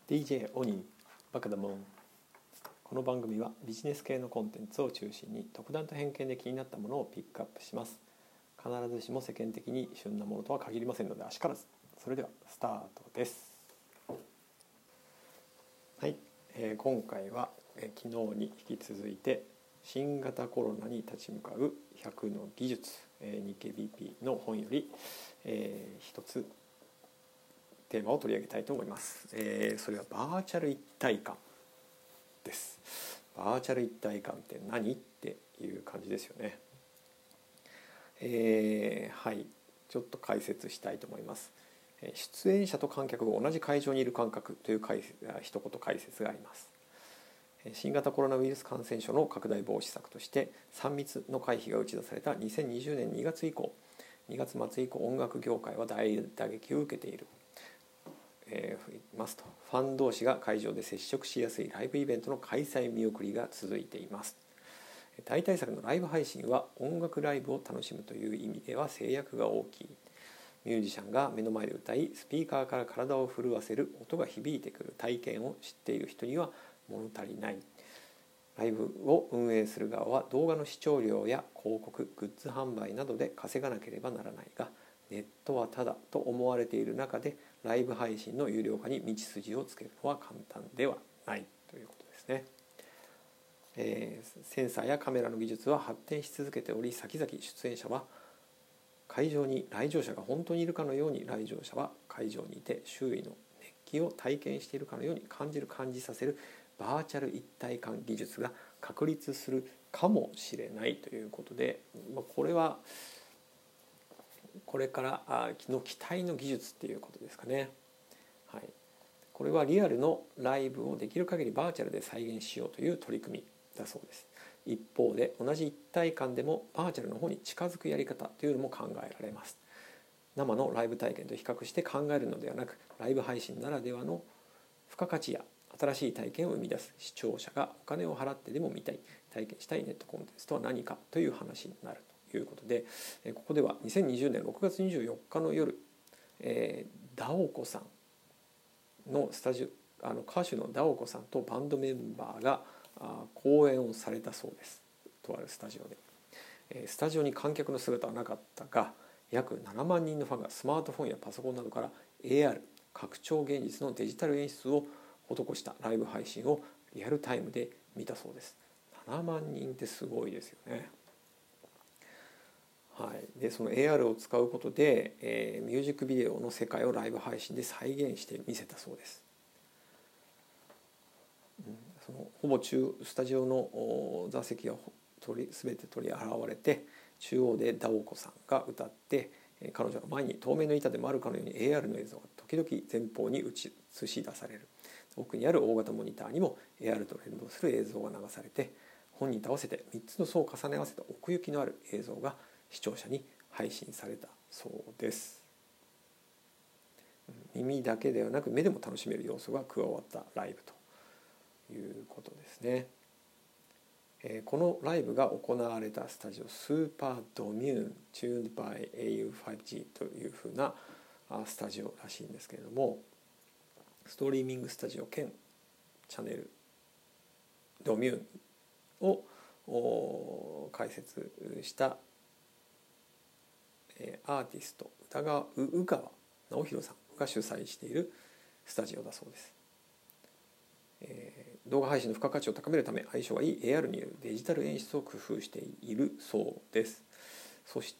DJ オニーバカだもん。この番組はビジネス系のコンテンツを中心に独断と偏見で気になったものをピックアップします。必ずしも世間的に旬なものとは限りませんのであしからず。それではスタートです。はい、今回は、昨日に引き続いて新型コロナに立ち向かう100の技術、日経 BP の本より、一つテーマを取り上げたいと思います。それはバーチャル一体感です。バーチャル一体感って何っていう感じですよね。はい、ちょっと解説したいと思います。出演者と観客が同じ会場にいる感覚という一言解説があります。新型コロナウイルス感染症の拡大防止策として3密の回避が打ち出された2020年2月末以降音楽業界は大打撃を受けている。ますとファン同士が会場で接触しやすいライブイベントの開催見送りが続いています。代替策のライブ配信は音楽ライブを楽しむという意味では制約が大きい。ミュージシャンが目の前で歌い、スピーカーから体を震わせる音が響いてくる体験を知っている人には物足りない。ライブを運営する側は動画の視聴料や広告、グッズ販売などで稼がなければならないが、ネットはただと思われている中でライブ配信の有料化に道筋をつけるのは簡単ではないということですね。センサーやカメラの技術は発展し続けており、先々出演者は会場に来場者が本当にいるかのように、来場者は会場にいて周囲の熱気を体験しているかのように感じさせるバーチャル一体感技術が確立するかもしれないということで、これはこれからの期待の技術っていうことですかね。はい、これはリアルのライブをできる限りバーチャルで再現しようという取り組みだそうです。一方で同じ一体感でもバーチャルの方に近づくやり方というのも考えられます。生のライブ体験と比較して考えるのではなく、ライブ配信ならではの付加価値や新しい体験を生み出す。視聴者がお金を払ってでも見たい、体験したいネットコンテンツとは何かという話になるということで、ここでは2020年6月24日の夜、ダオコさんのスタジオ、歌手のダオコさんとバンドメンバーが講演をされたそうです。とあるスタジオで、スタジオに観客の姿はなかったが、約7万人のファンがスマートフォンやパソコンなどから AR 拡張現実のデジタル演出を施したライブ配信をリアルタイムで見たそうです。7万人ってすごいですよね。はい、でその AR を使うことで、ミュージックビデオの世界をライブ配信で再現してみせたそうです。そのほぼスタジオの座席が全て取り払われて、中央でダオコさんが歌って、彼女の前に透明の板でもあるかのように AR の映像が時々前方に映し出される。奥にある大型モニターにも AR と連動する映像が流されて、本人と合わせて3つの層を重ね合わせた奥行きのある映像が視聴者に配信されたそうです。耳だけではなく目でも楽しめる要素が加わったライブということですね。このライブが行われたスタジオ、スーパードミューン Tuned by au5G というふうなスタジオらしいんですけれども、ストリーミングスタジオ兼チャンネルドミューンを開設したアーティスト宇川直弘さんが主催しているスタジオだそうです。動画配信の付加価値を高めるため相性がいい AR によるデジタル演出を工夫しているそうです。そして、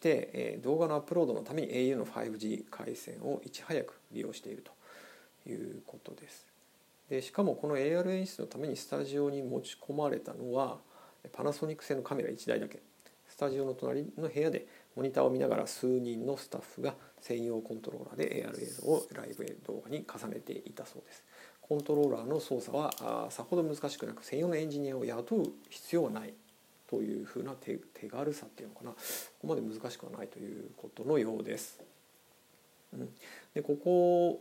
動画のアップロードのために au の 5G 回線をいち早く利用しているということです。でしかもこの AR 演出のためにスタジオに持ち込まれたのはパナソニック製のカメラ1台だけ。スタジオの隣の部屋でモニターを見ながら数人のスタッフが専用コントローラーで AR 映像をライブ動画に重ねていたそうです。コントローラーの操作はさほど難しくなく、専用のエンジニアを雇う必要はないというふうな 手軽さっていうのかな、ここまで難しくはないということのようです。でここ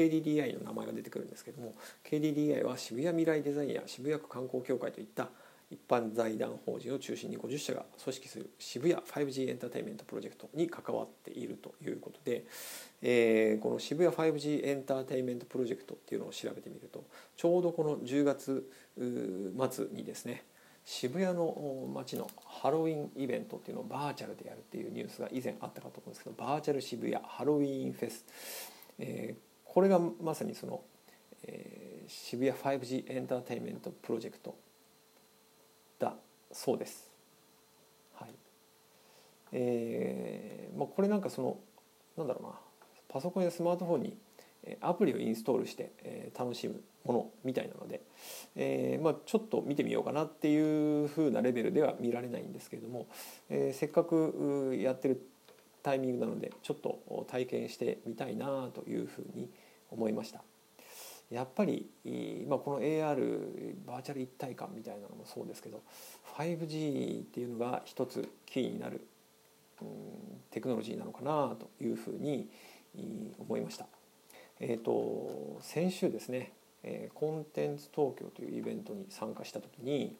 で、KDDI の名前が出てくるんですけども、 KDDI は渋谷未来デザインや渋谷区観光協会といった一般財団法人を中心に50社が組織する渋谷 5G エンターテインメントプロジェクトに関わっているということで、この渋谷 5G エンターテインメントプロジェクトっていうのを調べてみると、ちょうどこの10月末にですね、渋谷の街のハロウィンイベントっていうのをバーチャルでやるっていうニュースが以前あったかと思うんですけど、バーチャル渋谷ハロウィンフェス、これがまさにその、渋谷 5G エンターテインメントプロジェクトだそうです。はい。これなんかそのなんだろうな、パソコンやスマートフォンにアプリをインストールして楽しむものみたいなので、ちょっと見てみようかなっていう風なレベルでは見られないんですけれども、せっかくやってるタイミングなのでちょっと体験してみたいなというふうに思いました。やっぱり、この AR バーチャル一体感みたいなのもそうですけど、 5G っていうのが一つキーになるテクノロジーなのかなというふうに思いました。先週ですね、コンテンツ東京というイベントに参加した時に、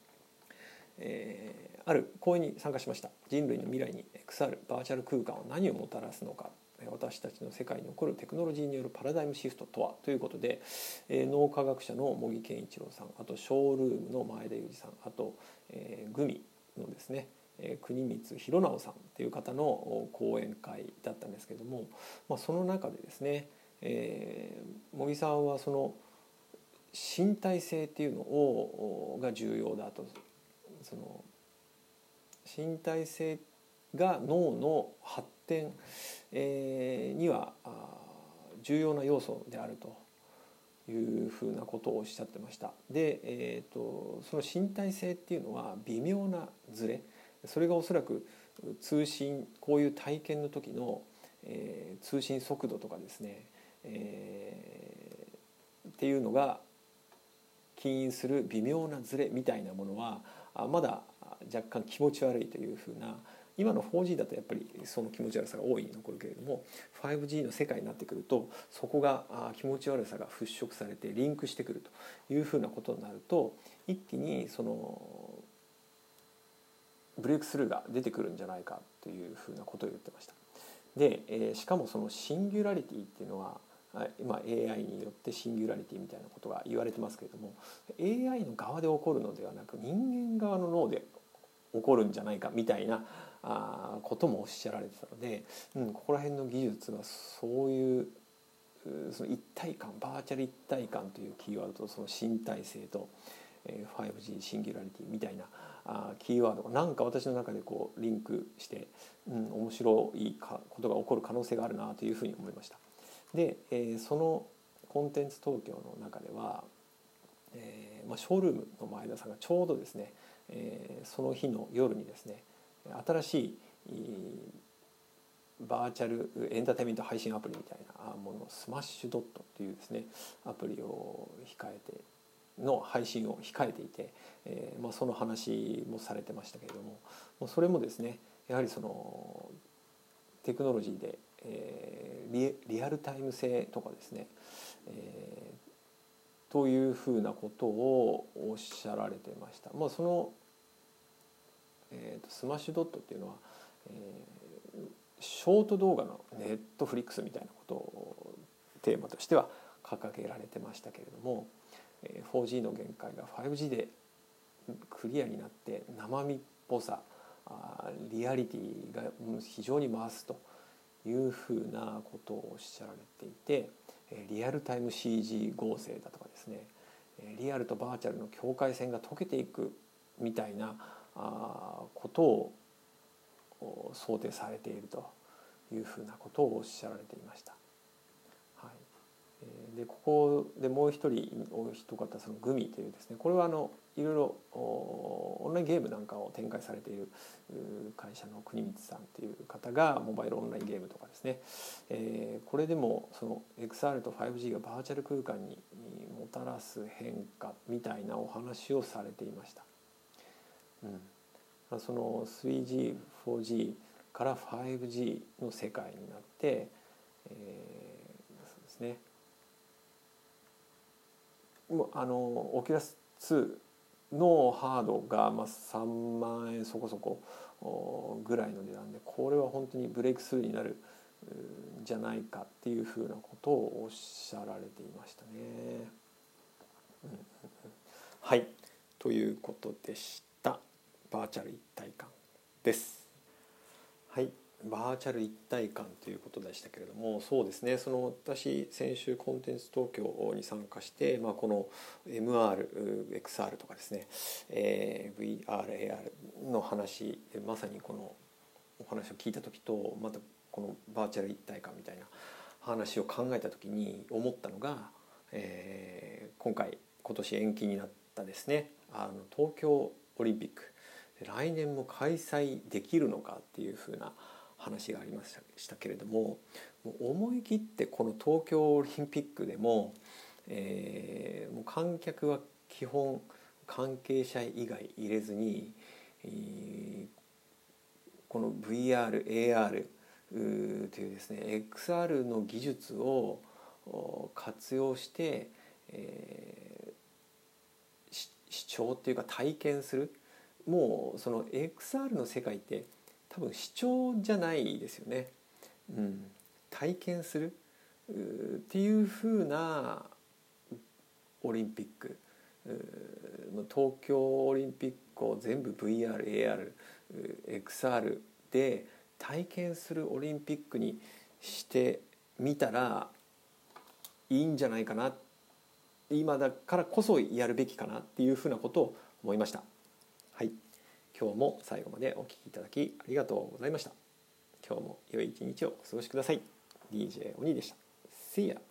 ある講演に参加しました。人類の未来に XR バーチャル空間は何をもたらすのか、私たちの世界に起こるテクノロジーによるパラダイムシフトとはということで、脳科学者の茂木健一郎さん、あとショールームの前田裕二さん、あと、グミのですね国光弘直さんという方の講演会だったんですけれども、その中でですね、茂木さんはその身体性っていうのが重要だと、その身体性が脳の発展には重要な要素であるというふうなことをおっしゃってました。で、その身体性っていうのは微妙なズレ、それがおそらく通信、こういう体験の時の、通信速度とかですね、っていうのが起因する微妙なズレみたいなものはまだ若干気持ち悪いというふうな、今の 4G だとやっぱりその気持ち悪さが大いに残るけれども、 5G の世界になってくるとそこが気持ち悪さが払拭されてリンクしてくるというふうなことになると、一気にそのブレイクスルーが出てくるんじゃないかというふうなことを言ってました。で、しかもそのシンギュラリティっていうのは今 AI によってシンギュラリティみたいなことが言われてますけれども、 AI の側で起こるのではなく人間側の脳で起こるんじゃないかみたいなこともおっしゃられてたので、ここら辺の技術がそういうその一体感、バーチャル一体感というキーワードとその身体性と 5G シンギュラリティみたいなキーワードがなんか私の中でこうリンクして、面白いことが起こる可能性があるなというふうに思いました。で、そのコンテンツ東京の中では、ショールームの前田さんがちょうどですね、その日の夜にですね、新しいバーチャルエンターテインメント配信アプリみたいなものをスマッシュドットっていうですねアプリを配信を控えていて、その話もされてましたけれども、それもですねやはりそのテクノロジーで、リアルタイム性とかですね、というふうなことをおっしゃられてました。その、スマッシュドットっていうのは、ショート動画のネットフリックスみたいなことをテーマとしては掲げられてましたけれども、4G の限界が 5G でクリアになって生身っぽさ、リアリティが非常に増すというふうなことをおっしゃられていて、リアルタイム CG 合成だとかですね、リアルとバーチャルの境界線が解けていくみたいなことを想定されているというふうなことをおっしゃられていました。はい、でここでもう一方、そのグミというですね、これはいろいろオンラインゲームなんかを展開されている会社の国光さんという方がモバイルオンラインゲームとかですね、これでもその XR と 5G がバーチャル空間にもたらす変化みたいなお話をされていました。その 3G、4G から 5G の世界になって、そうですね、オキュラス2 のハードが3万円そこそこぐらいの値段で、これは本当にブレイクスルーになるんじゃないかっていうふうなことをおっしゃられていましたね。はい、ということでした。バーチャル一体感です。はい、バーチャル一体感ということでしたけれども、そうですね、私先週コンテンツ東京に参加して、この MR、XR とかですね、VR、AR の話で、まさにこのお話を聞いた時と、またこのバーチャル一体感みたいな話を考えた時に思ったのが、今年延期になったですね、東京オリンピック、来年も開催できるのかっていうふうな話がありましたけれども、思い切ってこの東京オリンピックでも、もう観客は基本関係者以外入れずに、この VR、AR というですね XR の技術を活用して、視聴っていうか体験する。もうその XR の世界って多分視聴じゃないですよね、体験するっていう風なオリンピック、東京オリンピックを全部 VR、AR、XR で体験するオリンピックにしてみたらいいんじゃないかな、今だからこそやるべきかなっていうふうなことを思いました。はい、今日も最後までお聞きいただきありがとうございました。今日も良い一日をお過ごしください。DJ 鬼でした。See ya!